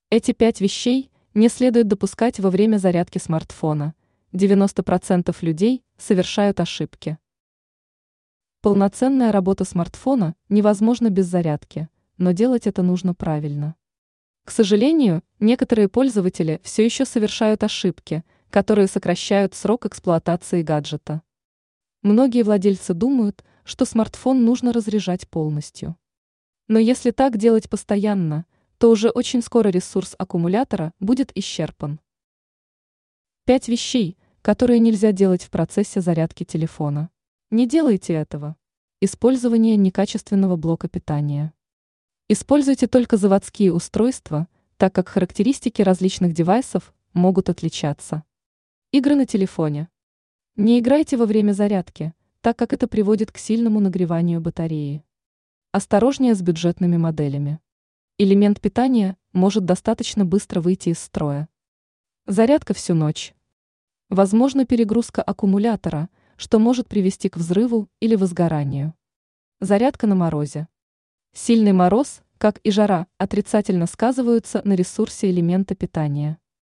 Эти 5 вещей не следует допускать во время зарядки смартфона. 90% людей совершают ошибки. Полноценная работа смартфона невозможна без зарядки, но делать это нужно правильно. К сожалению, некоторые пользователи все еще совершают ошибки, которые сокращают срок эксплуатации гаджета. Многие владельцы думают, что смартфон нужно разряжать полностью. Но если так делать постоянно, то уже очень скоро ресурс аккумулятора будет исчерпан. 5 вещей, которые нельзя делать в процессе зарядки телефона. Не делайте этого. Использование некачественного блока питания. Используйте только заводские устройства, так как характеристики различных девайсов могут отличаться. Игры на телефоне. Не играйте во время зарядки, так как это приводит к сильному нагреванию батареи. Осторожнее с бюджетными моделями. Элемент питания может достаточно быстро выйти из строя. Зарядка всю ночь. Возможна перегрузка аккумулятора, что может привести к взрыву или возгоранию. Зарядка на морозе. Сильный мороз, как и жара, отрицательно сказываются на ресурсе элемента питания.